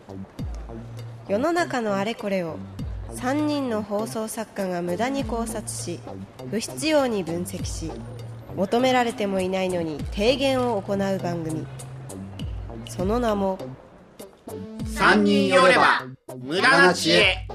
世の中のあれこれを3人の放送作家が無駄に考察し、不必要に分析し、求められてもいないのに提言を行う番組。その名も 3人よれば無駄な知恵。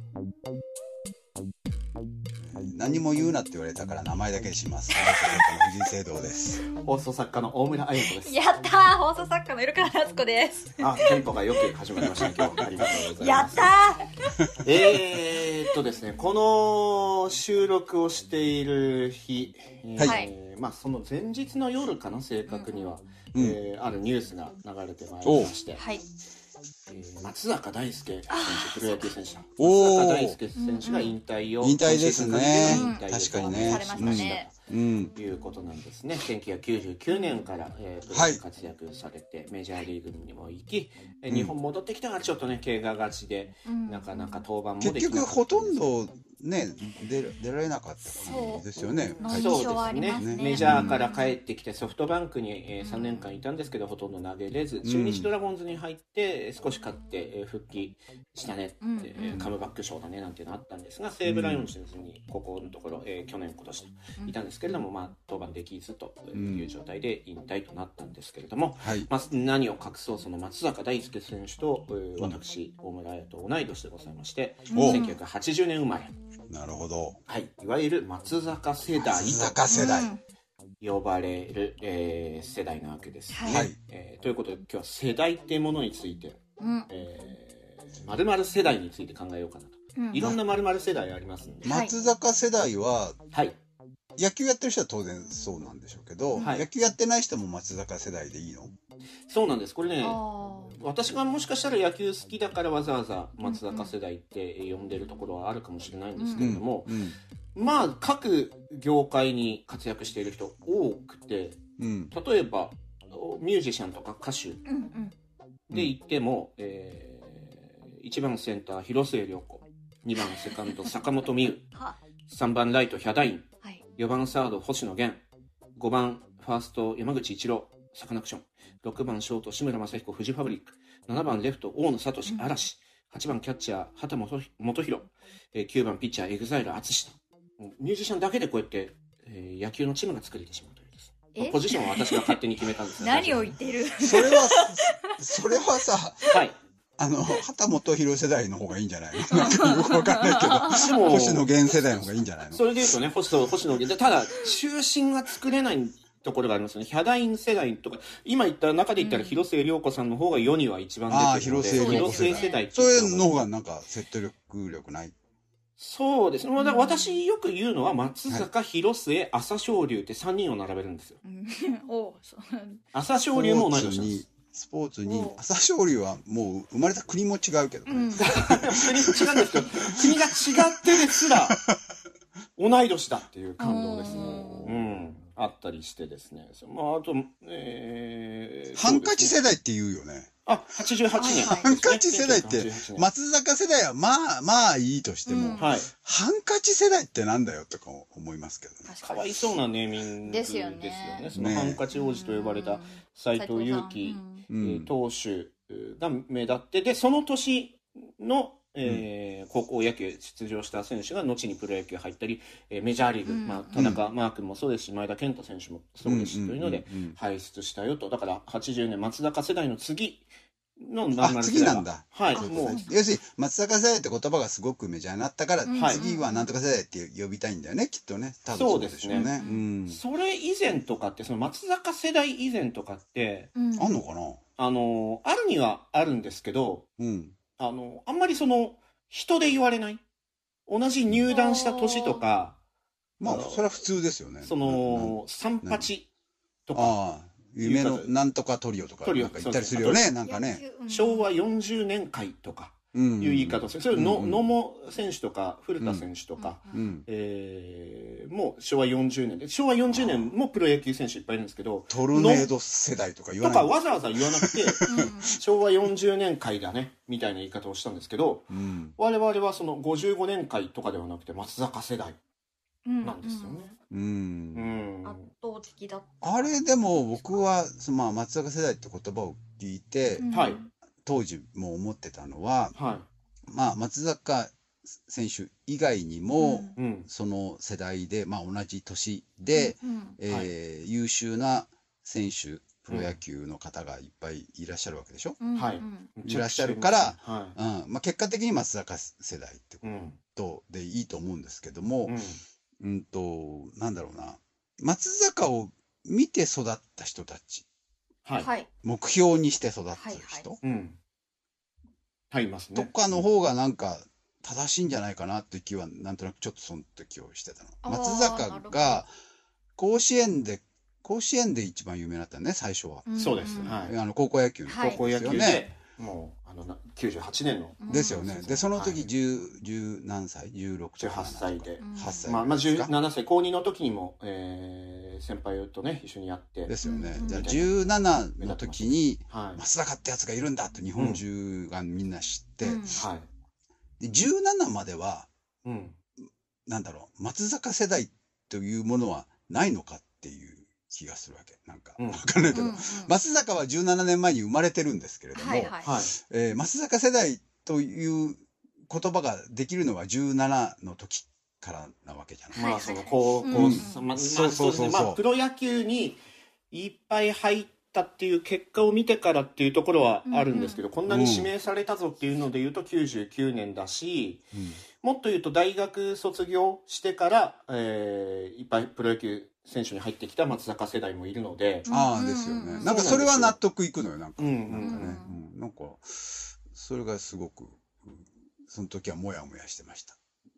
何も言うなって言われたから名前だけにします。藤井聖堂です。 放送作家の大村彩子です。 やったー、放送作家のイルカ夏子です。 テンポがよく始まりましたね、今日。ありがとうございます。 やったーですね、この収録をしている日、その前日の夜かな、正確には、あるニュースが流れてまいりまして、松坂大輔選手、プロ野球選手、松坂大輔選手が引退ですね。 確かにね。 されましたね。 ということなんですね。1999年から、プロで活躍されて、メジャーリーグにも行き、日本戻ってきたがちょっとね、怪我がちで、なかなか登板もできなかった。 結局ほとんどね、出られなかった感じですよね。 そうですね。メジャーから帰ってきてソフトバンクに3年間いたんですけど、ほとんど投げれず、中日ドラゴンズに入って少し勝って復帰したねって、カムバック賞だねなんていうのあったんですが、西武ライオンズにここのところ、去年今年といたんですけれども、登板できずという状態で引退となったんですけれども、何を隠そう、その松坂大輔選手と私大村彩と同い年でございまして、1980年生まれ。 なるほど。 いわゆる松坂世代と呼ばれる、世代なわけですね。ということで今日は世代っていうものについて、〇〇世代について考えようかなと。いろんな〇〇世代ありますんで。 松坂世代は、野球やってる人は当然そうなんでしょうけど、野球やってない人も松坂世代でいいの？ そうなんです。これね、私がもしかしたら野球好きだからわざわざ松坂世代って呼んでるところはあるかもしれないんですけれども、各業界に活躍している人多くて、例えばミュージシャンとか歌手で言っても、1番センター広末涼子、2番セカンド坂本美宇、3番ライトヒャダイン、4番サード星野源、5番ファースト山口一郎サカナクション、6番ショート志村正彦フジファブリック、7番レフト大野聡嵐、8番キャッチャー畑基博、9番ピッチャーエグザイル淳と、ミュージシャンだけでこうやって、野球のチームが作れてしまうというです、ポジションは私が勝手に決めたんですが何を言っているそれはさ、畑基博世代の方がいいんじゃないの？なんかよくわかんないけど、星野源世代の方がいいんじゃないの？ それで言うとね、星野源、ただ中心が作れないところがありますよね。ヒャダイン世代とか、今言った中で言ったら広末涼子さんの方が世には一番出てるので、広末世代。 それの方がなんか説得力ない？ そうですね。だから私よく言うのは松坂、広末、朝青龍って3人を並べるんですよ。朝青龍も同い年なんです。 スポーツに朝青龍はもう生まれた国も違うけど、 国も違うんですけど、国が違ってですら同い年だっていう感動ですね。あったりしてですね。あと、 ハンカチ世代って言うよね。 88年。 ハンカチ世代って、松坂世代はまあいいとしても、ハンカチ世代ってなんだよとか思いますけどね。 かわいそうなネーミングですよね。そのハンカチ王子と呼ばれた斎藤佑樹投手が目立って、で、その年の、高校野球出場した選手が後にプロ野球入ったり、メジャーリーグ、田中マー君もそうですし、前田健太選手もそうですし、というので輩出したよと。だから80年松坂世代の次の次なんだ。 もう要するに松坂世代って言葉がすごくメジャーになったから、次はなんとか世代って呼びたいんだよね、きっとね。多分そうですよね。 それ以前とかって、その松坂世代以前とかって、 あんのかな？ あるにはあるんですけど、あんまりその人で言われない。同じ入団した年とか、 それは普通ですよね。 その38とか。 夢のなんとかトリオとかなんか言ったりするよね、なんかね。 昭和40年会とかいう言い方をする。それ野茂選手とか古田選手とか、もう昭和40年で、昭和40年もプロ野球選手いっぱいいるんですけど、 トルネード世代とか言わない。 とかわざわざ言わなくて、昭和40年会だねみたいな言い方をしたんですけど、我々はその55年会とかではなくて松坂世代なんですよね。 圧倒的だった。 あれでも僕は松坂世代って言葉を聞いて、 当時も思ってたのは、まあ松坂選手以外にも、その世代で、まあ同じ年で、優秀な選手、プロ野球の方がいっぱいいらっしゃるわけでしょ。いらっしゃるから、まあ結果的に松坂世代ってことでいいと思うんですけども、なんだろうな、松坂を見て育った人たち、目標にして育った人、 いますね。 とかの方がなんか正しいんじゃないかなっていう気はなんとなくちょっとその時をしてたの。松坂が甲子園で一番有名だったね、最初は。 そうです。 高校野球の。 高校野球で、もう、98年の。 ですよね。で、その時10何歳 ?16 とか。 18歳で。 8歳。 まあ、17歳、高2の時にも、先輩とね、一緒にやって。 ですよね。じゃあ、17の時に、松坂ってやつがいるんだと日本中がみんな知って、で、17までは、なんだろう、松坂世代というものはないのかっていう気がするわけ。なんか、わかんないけど、松坂は17年前に生まれてるんですけれども、松坂世代という言葉ができるのは17の時からなわけじゃない。 まあ、その高校、そうですね。まあ、プロ野球にいっぱい入ったっていう結果を見てからっていうところはあるんですけど、こんなに指名されたぞっていうので言うと99年だし、もっと言うと大学卒業してから、いっぱいプロ野球選手に入ってきた松坂世代もいるので。 ああ、ですよね。なんかそれは納得いくのよ、なんか。なんか、それがすごく、その時はもやもやしてました。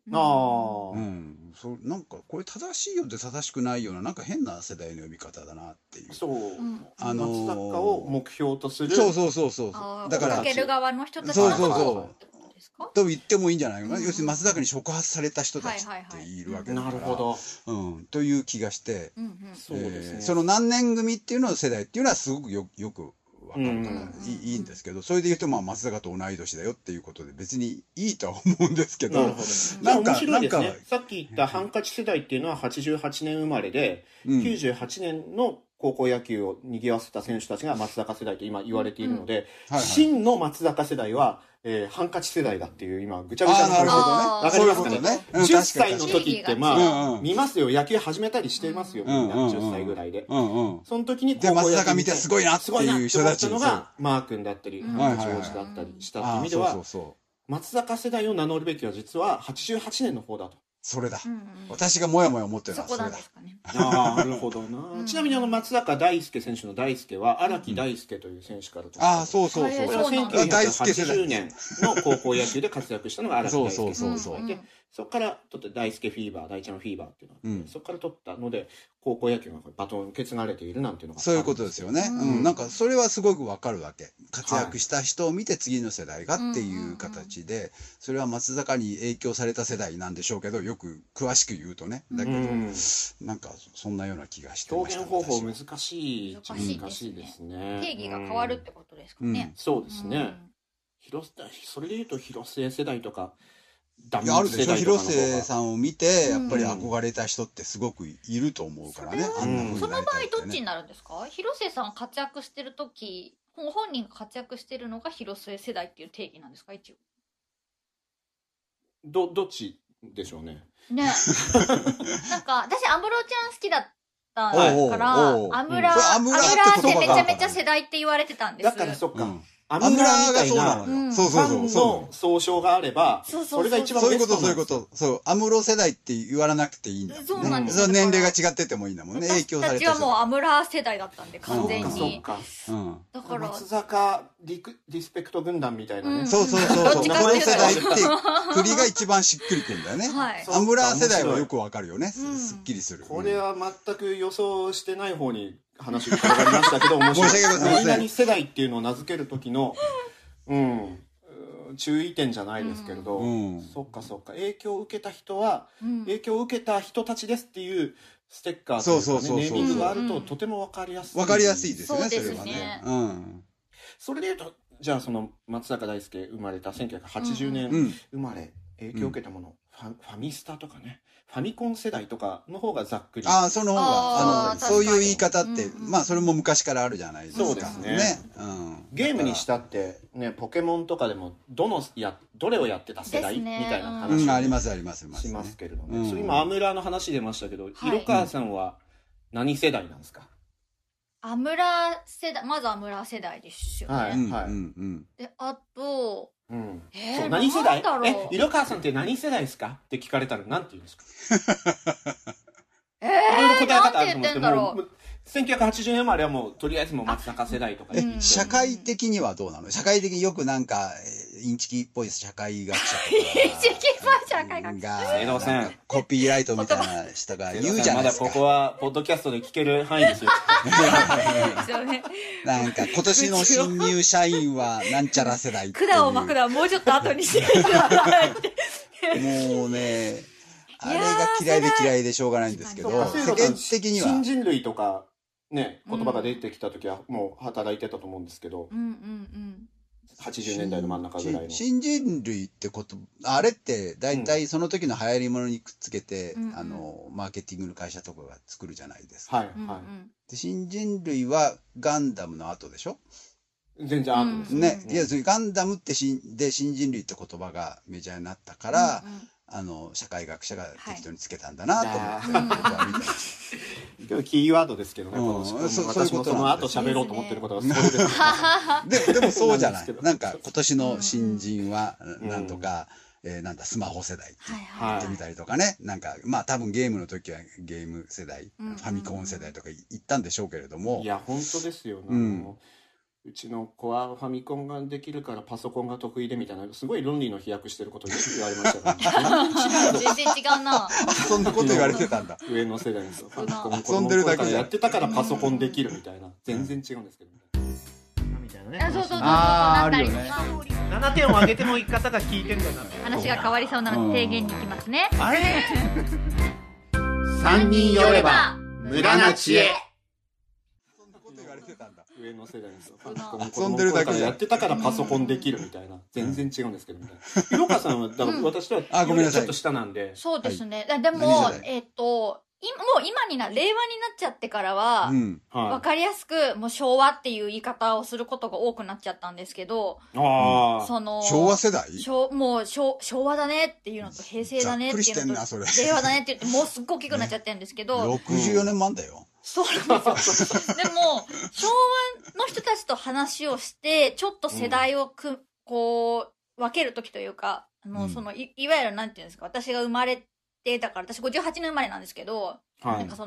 なんか、これ正しいようで正しくないような、なんか変な世代の呼び方だなっていう。 そう。松坂を目標とする。 そう。だから。 かける側の人たちと言ってもいいんじゃないかな。要するに松坂に触発された人たちっているわけだから。 なるほど。 という気がして、 そうですね。 その何年組っていうの世代っていうのはすごくよくわかるからいいんですけど、それで言うとまあ松坂と同い年だよっていうことで別にいいとは思うんですけど、 なんか面白いですね。さっき言ったハンカチ世代っていうのは88年生まれで、98年の高校野球を賑わせた選手たちが松坂世代と今言われているので、真の松坂世代はハンカチ世代だっていう今ぐちゃぐちゃな感じでわかりますかね。10歳の時ってまあ見ますよ、野球始めたりしてますよ、みんな10歳ぐらいで。その時に高校野球松坂見てすごいなっていう人たちのがマー君だったりハンカチ王子だったりしたっていう意味では、松坂世代を名乗るべきは実は88年の方だと。 それだ。私がもやもや思ってるのはそれだ。 なるほどな。ちなみに松坂大輔選手の大輔は荒木大輔という選手から取った。 そう。 これは1980年の高校野球で活躍したのが荒木大輔選手で、そこから取って大輔フィーバー、大ちゃんフィーバーっていうのがあって、そこから取ったので、高校野球がバトン受け継がれているなんていうのが。 そういうことですよね。なんかそれはすごくわかるわけ。活躍した人を見て次の世代がっていう形で、それは松坂に影響された世代なんでしょうけど、よく詳しく言うとね。だけど、なんかそんなような気がしてました。 表現方法難しいですね。 定義が変わるってことですかね。 そうですね。それで言うと広末世代とか、 あるでしょ。広末さんを見てやっぱり憧れた人ってすごくいると思うからね。 その場合どっちになるんですか？広末さん活躍してる時、本人が活躍してるのが広末世代っていう定義なんですか？一応どっちでしょうね。 ね。なんか私安室ちゃん好きだったから安室ってめちゃめちゃ世代って言われてたんです。 だからそっか。アムラーみたいなファンの総称があれば、それが一番ベストなんです。 そういうこと。そう、アムロ世代って言わなくていいんだもんね。そうなんです。年齢が違っててもいいんだもんね。影響されてる。 私たちはもうアムラー世代だったんで、完全に。 そうか。だから松坂リスペクト軍団みたいなね。 そう。アムロ世代って振りが一番しっくりくるんだよね。アムラー世代はよくわかるよね。すっきりする。 これは全く予想してない方に話が広がりましたけど、面白い。何々世代っていうのを名付ける時の、注意点じゃないですけれど、そっか。影響を受けた人は、影響を受けた人たちですっていうステッカーというかね、ネーミングがあるととてもわかりやすい。 わかりやすいですよね、 それはね。 それで言うと、じゃあその松坂大輔生まれた1980年生まれ、影響を受けたもの。 ファミスタとかね、ファミコン世代とかの方がざっくり。 その方が、そういう言い方って、まあそれも昔からあるじゃないですか。 そうですね。ゲームにしたって、ね、ポケモンとかでも、どれをやってた世代みたいな話ありますしますけれどね。今、アムラの話出ましたけど、広川さんは何世代なんですか？ アムラ世代、まずアムラ世代ですよね。 はい。 で、あと、 何世代？色川さんって何世代ですかって聞かれたら何て言うんですか？いろいろ答え方あると思うんですけど、1980年まではもう、とりあえずもう松坂世代とか。 社会的にはどうなの？社会的によくなんか、インチキっぽい社会学者とか。 インチキっぽい社会学者。 コピーライトみたいな人が言うじゃないですか。 まだここは、ポッドキャストで聞ける範囲ですよ。 なんか、今年の新入社員は、なんちゃら世代っていう。 管を巻くのはもうちょっと後にしてくださいって。 もうね、あれが嫌いでしょうがないんですけど、世間的には。 新人類とか、ね、言葉が出てきた時はもう働いてたと思うんですけど、80年代の真ん中ぐらいの。 新人類ってあれって大体その時の流行り物にくっつけて、マーケティングの会社とかが作るじゃないですか。で、新人類はガンダムの後でしょ？ 全然後ですね。いや、ガンダムって新人類って言葉がメジャーになったから、社会学者が適当につけたんだなと思って僕は見てました。 キーワードですけどね。私もその後喋ろうと思ってることがそうです。 でもそうじゃない。なんか今年の新人はなんとか、なんだスマホ世代って言ってみたりとかね。なんかまあ多分ゲームの時はゲーム世代、ファミコン世代とか言ったんでしょうけれども。 いや本当ですよ。うちの子はファミコンができるからパソコンが得意でみたいなすごい論理の飛躍してることをよく言われましたね。 全然違うな。 そんなこと言われてたんだ。 上の世代ですよ。ファミコン遊んでるだけでやってたからパソコンできるみたいな。全然違うんですけど。 みたいなね。そうあるよね。 7点を上げても言い方が聞いてんだな。 話が変わりそうなので提言に行きますね。 あれ 3人寄れば無駄な知恵。 上の世代ですよ。 遊んでるだけでやってたからパソコンできるみたいな。全然違うんですけどみたいな。広川さんはだから私とはちょっと下なんで。 そうですね。でももう今令和になっちゃってからはわかりやすくもう昭和っていう言い方をすることが多くなっちゃったんですけど、 昭和世代？ もう昭和だねっていうのと平成だねっていうのと令和だねって言ってもうすっごい大きくなっちゃってるんですけど。 64年満だよ。 そうなんですよ。でも、昭和の人たちと話をして、ちょっと世代を分けるときというか、いわゆるなんていうんですか、私が生まれて、だから私58年生まれなんですけど、なんか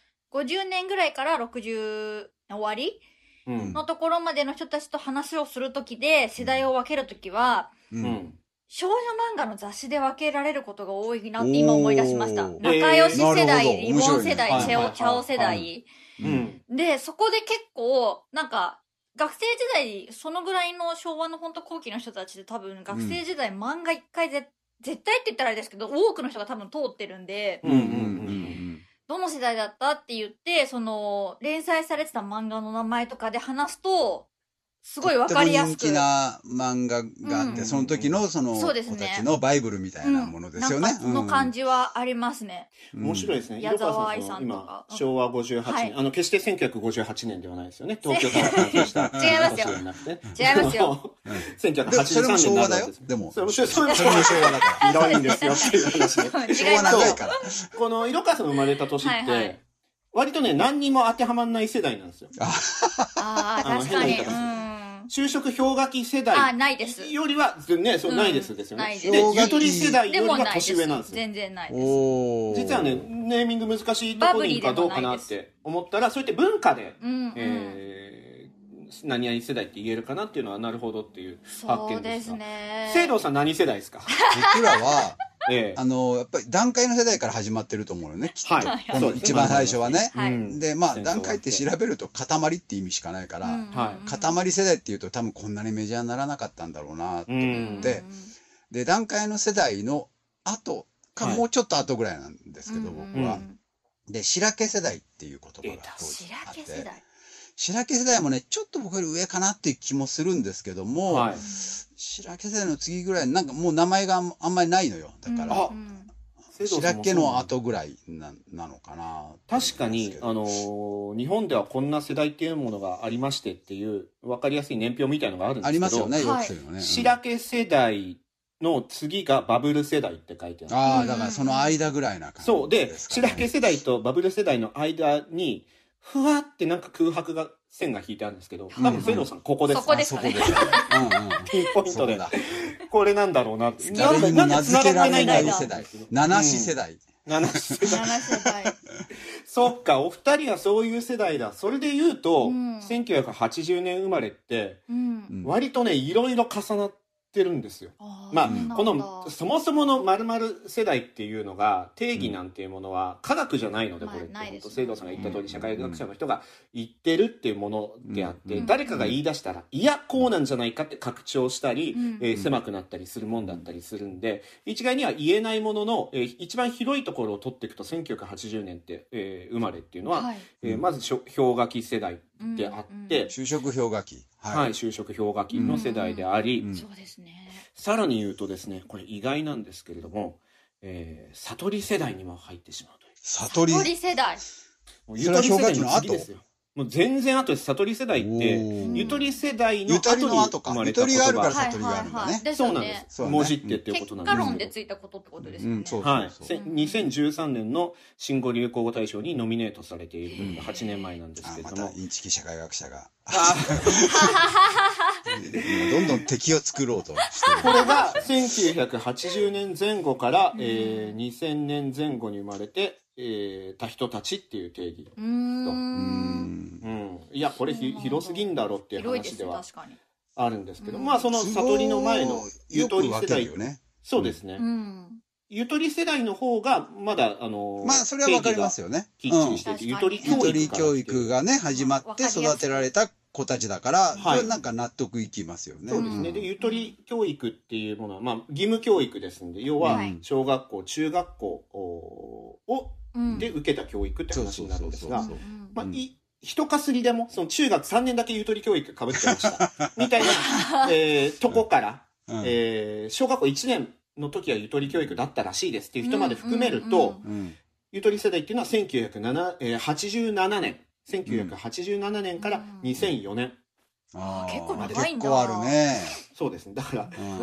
50年ぐらいから60終わりのところまでの人たちと話をするときで、世代を分けるときは、少女漫画の雑誌で分けられることが多いなって今思い出しました。仲良し世代、リボン世代、チャオ世代。で、そこで結構、なんか、学生時代、そのぐらいの昭和の本当後期の人たちで多分、学生時代漫画一回絶対って言ったらあれですけど、多くの人が多分通ってるんで、どの世代だったって言って、連載されてた漫画の名前とかで話すと、すごいわかりやすく。 人気な漫画があって、その時の子たちのバイブルみたいなものですよね。 その感じはありますね。 面白いですね。 矢沢愛さんとか。 今、昭和58年。決して1958年ではないですよね。東京から完成した。 違いますよ。違いますよ。 1983年。 それも昭和だよ。でも。 それも昭和だから。 広いんですよっていう話で。 昭和長いから。 この色川さん生まれた年って、割とね、何にも当てはまんない世代なんですよ。 確かに。 就職氷河期世代ないです。 よりは、ね、そう、ないですですよね。 ないです。 で、ゆとり世代よりは年上なんですよ。 全然ないです。 実はね、ネーミング難しいところにいるかどうかなって思ったら、そうやって文化で、何々世代って言えるかなっていうのは、なるほどっていう発見です。そうですね。聖堂さん何世代ですか？ 僕らは、やっぱり段階の世代から始まってると思うよね。一番最初はね。で、まあ、段階って調べると塊って意味しかないから、塊世代っていうと多分こんなにメジャーにならなかったんだろうなと思って、で、段階の世代の後か、もうちょっと後ぐらいなんですけど、僕は。で、白毛世代っていう言葉が当時あって、 白毛世代もね、ちょっと僕より上かなっていう気もするんですけども、 はい、 白毛世代の次ぐらい、なんかもう名前があんまりないのよ。だから、白毛の後ぐらいなのかな。 確かに、日本ではこんな世代っていうものがありましてっていう、わかりやすい年表みたいなのがあるんですけど。 ありますよね、よくするのね。 白毛世代の次がバブル世代って書いてある。 ああ、だからその間ぐらいな感じですかね。 そう。で、白毛世代とバブル世代の間に、ふわってなんか空白が、線が引いてあるんですけど、多分、セドさんここです。 そこですかね。 ピンポイントで。これなんだろうなって。 誰にも名付けられない世代。七子世代。 七子世代。そっか、お二人はそういう世代だ。それで言うと、1980年生まれって、割とね、いろいろ重なってるんですよ。まあ、この、そもそもの〇〇世代っていうのが、定義なんていうものは科学じゃないので、これって、聖堂さんが言った通り、社会学者の人が言ってるっていうものであって、誰かが言い出したら、いや、こうなんじゃないかって拡張したり、狭くなったりするもんだったりするんで、一概には言えないものの、一番広いところを取っていくと、1980年って、生まれっていうのは、まず氷河期世代であって、 就職氷河期。 はい、就職氷河期の世代であり、 そうですね。 さらに言うとですね、これ意外なんですけれども、悟り世代にも入ってしまうという。 悟り世代。 ゆとり世代の後ですよ。もう全然後です。悟り世代って、ゆとり世代の後に生まれた言葉。 ゆとりがあるから悟りがあるんだね。 そうなんです。文字ってっていうことなんですけど。 結果論でついたことってことですよね。 はい。2013年の新語・流行語大賞にノミネートされているのが8年前なんですけれども。 またインチキ社会学者が。どんどん敵を作ろうとしてる。 これが1980年前後から、2000年前後に生まれて、た人たちっていう定義と。いや、これ広すぎんだろっていう話ではあるんですけど、まあその悟りの前のゆとり世代。そうですね。ゆとり世代の方がまだまあそれはわかりますよね。 きっちりしてて、ゆとり教育がね始まって育てられた子たちだから、それなんか納得いきますよね。 そうですね。で、ゆとり教育っていうものは、まあ義務教育ですんで、要は小学校、中学校をで受けた教育って話になるんですが、まあ一かすりでも、その中学3年だけゆとり教育被ってました。みたいな、とこから、小学校1年の時はゆとり教育だったらしいですっていう人まで含めると、ゆとり世代っていうのは1987年。1987年から2004年。 結構長いんだ。 結構あるね。 そうですね。だから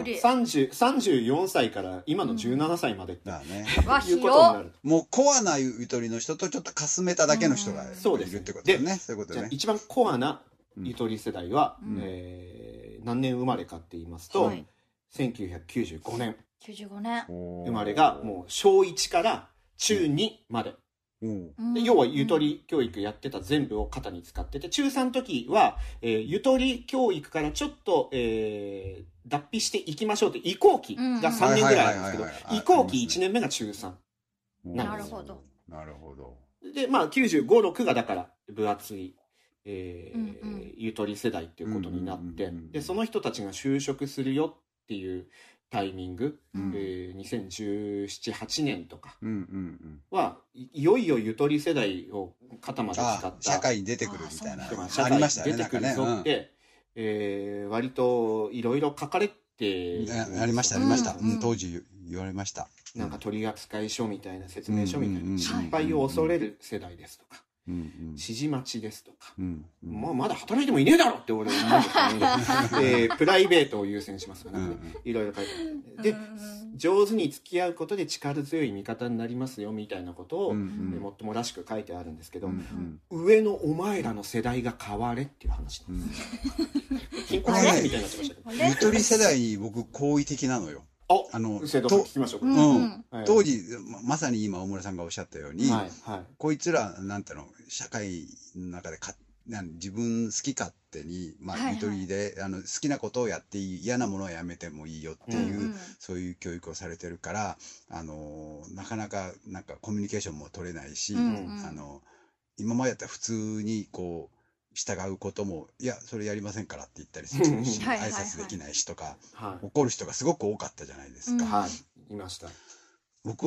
、34歳から今の17歳までっていうことになる。 もうコアなゆとりの人とちょっとかすめただけの人がいるってことですね。そういうことね。 一番コアなゆとり世代は、何年生まれかって言いますと、1995年。 95年。 生まれがもう小1から中2まで。で要はゆとり教育やってた全部を肩に使ってて、中3の時は、ゆとり教育からちょっと、脱皮していきましょうって移行期が3年ぐらいあるんですけど、移行期1年目が中3なんです。 なるほど。 なるほど。 で、まあ95、6がだから分厚い、ゆとり世代っていうことになって、で、その人たちが就職するよっていうタイミング、2017、8年とかは、いよいよゆとり世代を肩まで使った社会に出てくるみたいな社会に出てくるぞって、割といろいろ書かれてありましたありました、当時言われました。 なんか取扱書みたいな説明書みたいな、失敗を恐れる世代ですとか、指示待ちですとか、もうまだ働いてもいねえだろって俺思うんですよね。プライベートを優先しますからね。いろいろ書いてある。で、上手に付き合うことで力強い味方になりますよみたいなことを、もっともらしく書いてあるんですけど、上のお前らの世代が変われっていう話なんです。貧困世代みたいになってましたけど。 ゆとり世代に僕好意的なのよ。 生徒さん聞きましょう。 当時まさに今大村さんがおっしゃったように、こいつらなんていうの社会の中で自分好き勝手にゆとりで好きなことをやっていい、嫌なものはやめてもいいよっていうそういう教育をされてるからなかなかコミュニケーションも取れないし、今までだったら普通にこう従うことも、いや、それやりませんからって言ったりするし、挨拶できないしとか、怒る人がすごく多かったじゃないですか。 いました。 僕は、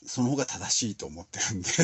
その方が正しいと思ってるんで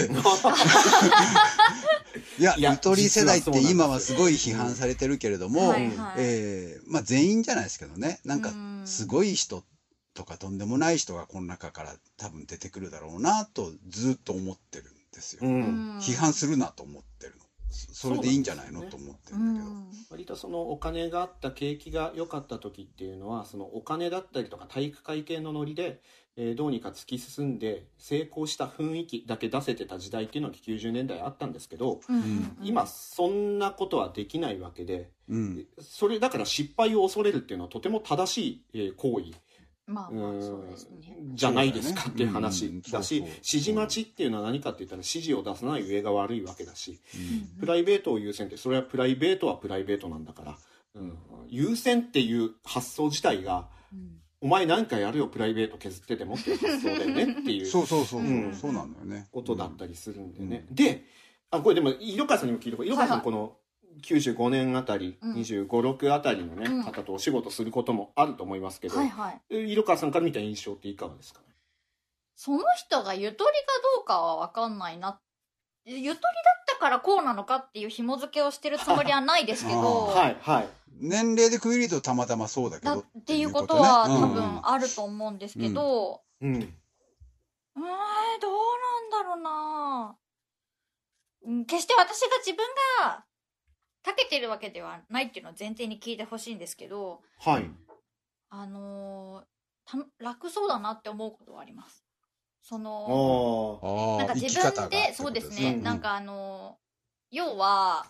いや、ゆとり世代って今はすごい批判されてるけれども、まあ全員じゃないですけどね、なんかすごい人とかとんでもない人がこの中から多分出てくるだろうなとずっと思ってるんですよ。批判するなと思ってるの。それでいいんじゃないのと思ってるんだけど。 割とそのお金があった景気が良かった時っていうのは、そのお金だったりとか体育会系のノリで、どうにか突き進んで成功した雰囲気だけ出せてた時代っていうのが90年代あったんですけど、今そんなことはできないわけで、それだから失敗を恐れるっていうのはとても正しい行為じゃないですかっていう話だし、指示待ちっていうのは何かって言ったら指示を出さない上が悪いわけだし、プライベートを優先って、それはプライベートはプライベートなんだから、優先っていう発想自体が、お前何かやるよプライベート削ってでもっていう発想だよねっていうそうなんだよね、 ことだったりするんでね。で、これでも色川さんにも聞いて、色川さんこの95年あたり、25、6あたりのね、方とお仕事することもあると思いますけど、色川さんから見た印象っていかがですかね。 その人がゆとりかどうかは分かんないな。ゆとりだったからこうなのかっていう紐付けをしてるつもりはないですけど、 年齢で区切るとたまたまそうだけどっていうことは多分あると思うんですけど、どうなんだろうな。決して私が自分が長けてるわけではないっていうのを前提に聞いてほしいんですけど、楽そうだなって思うことはあります。そのなんか自分でそうですね、なんか要は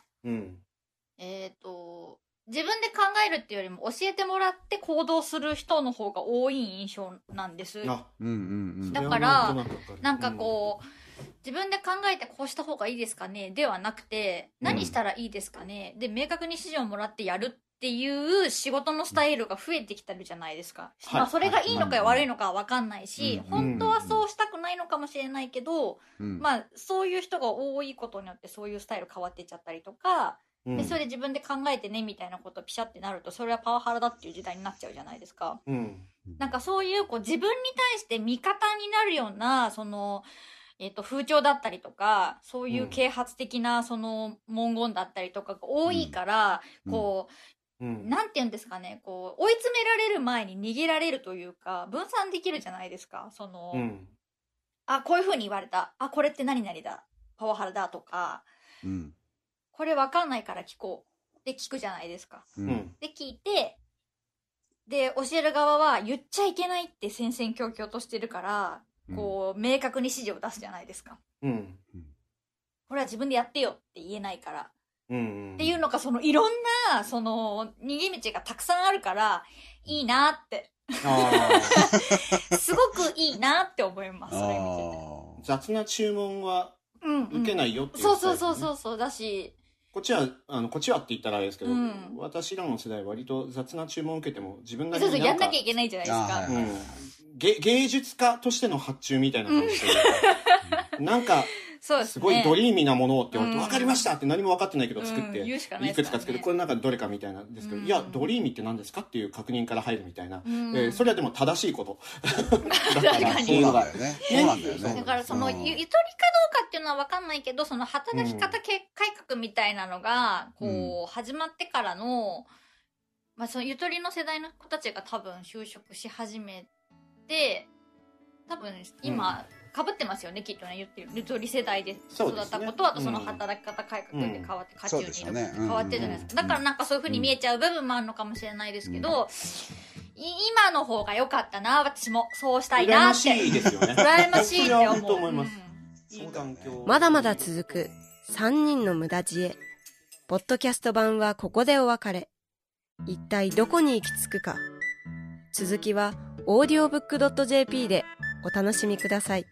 自分で考えるっていうよりも教えてもらって行動する人の方が多い印象なんです。だからなんかこう自分で考えてこうした方がいいですかねではなくて、何したらいいですかねで明確に指示をもらってやるっていう仕事のスタイルが増えてきてるじゃないですか。まあそれがいいのか悪いのかは分かんないし、本当はそうしたくないのかもしれないけど、まあそういう人が多いことによってそういうスタイル変わっていっちゃったりとか、でそれで自分で考えてねみたいなことをピシャってなると、それはパワハラだっていう時代になっちゃうじゃないですか。なんかそういう自分に対して味方になるようなその風潮だったりとか、そういう啓発的なその文言だったりとかが多いから、なんて言うんですかね、追い詰められる前に逃げられるというか、分散できるじゃないですか。その、こういう風に言われた。これって何々だ。パワハラだとか、これわかんないから聞こう。で聞くじゃないですか。で聞いて、で、教える側は言っちゃいけないって戦々恐々としてるから、明確に指示を出すじゃないですか。これは自分でやってよって言えないから。っていうのが、そのいろんな、その逃げ道がたくさんあるから、いいなって。すごくいいなって思います、それ見てて。 雑な注文は受けないよっていう、ね。 そうだし、 こっちはって言ったらあれですけど、私らの世代は割と雑な注文を受けても自分なりにやんなきゃいけないじゃないですか。芸術家としての発注みたいな感じで、なんかすごいドリーミーなものをって言われて、分かりましたって何も分かってないけど作って、いくつか作る、これなんかどれかみたいなんですけど、いやドリーミーって何ですかっていう確認から入るみたいな、それはでも正しいことだからそうなんだよね。 だからそのゆとりかどうかっていうのは分かんないけど、その働き方改革みたいなのが始まってからの、そのゆとりの世代の子たちが多分就職し始めて、多分今被ってますよね、きっとね。言ってるゆとり世代で育ったことは、その働き方改革で変わって、価値観に変わってるじゃないですか。だからなんかそういう風に見えちゃう部分もあるのかもしれないですけど、今の方が良かったな、私もそうしたいなって。 羨ましいですよね。 羨ましいって思います。 まだまだ続く3人の無駄知恵。ポッドキャスト版はここでお別れ。一体どこに行き着くか。続きはaudiobook.jp でお楽しみください。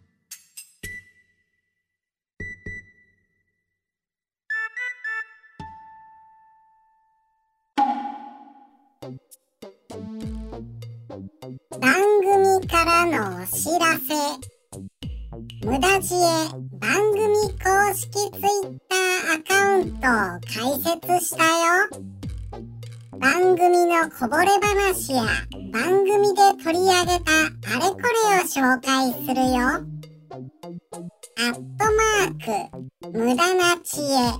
番組からのお知らせ。無駄知恵番組公式ツイッターアカウントを開設したよ。番組のこぼれ話や番組で取り上げたあれこれを紹介するよ。 無駄な知恵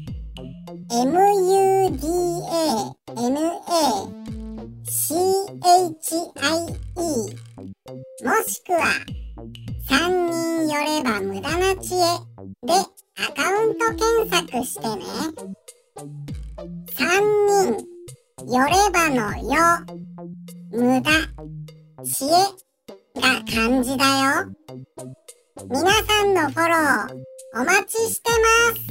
MUDANACHIE もしくは3人寄れば無駄な知恵でアカウント検索してね。3人寄ればのよ、無駄、知恵が漢字だよ。皆さんのフォローお待ちしてます。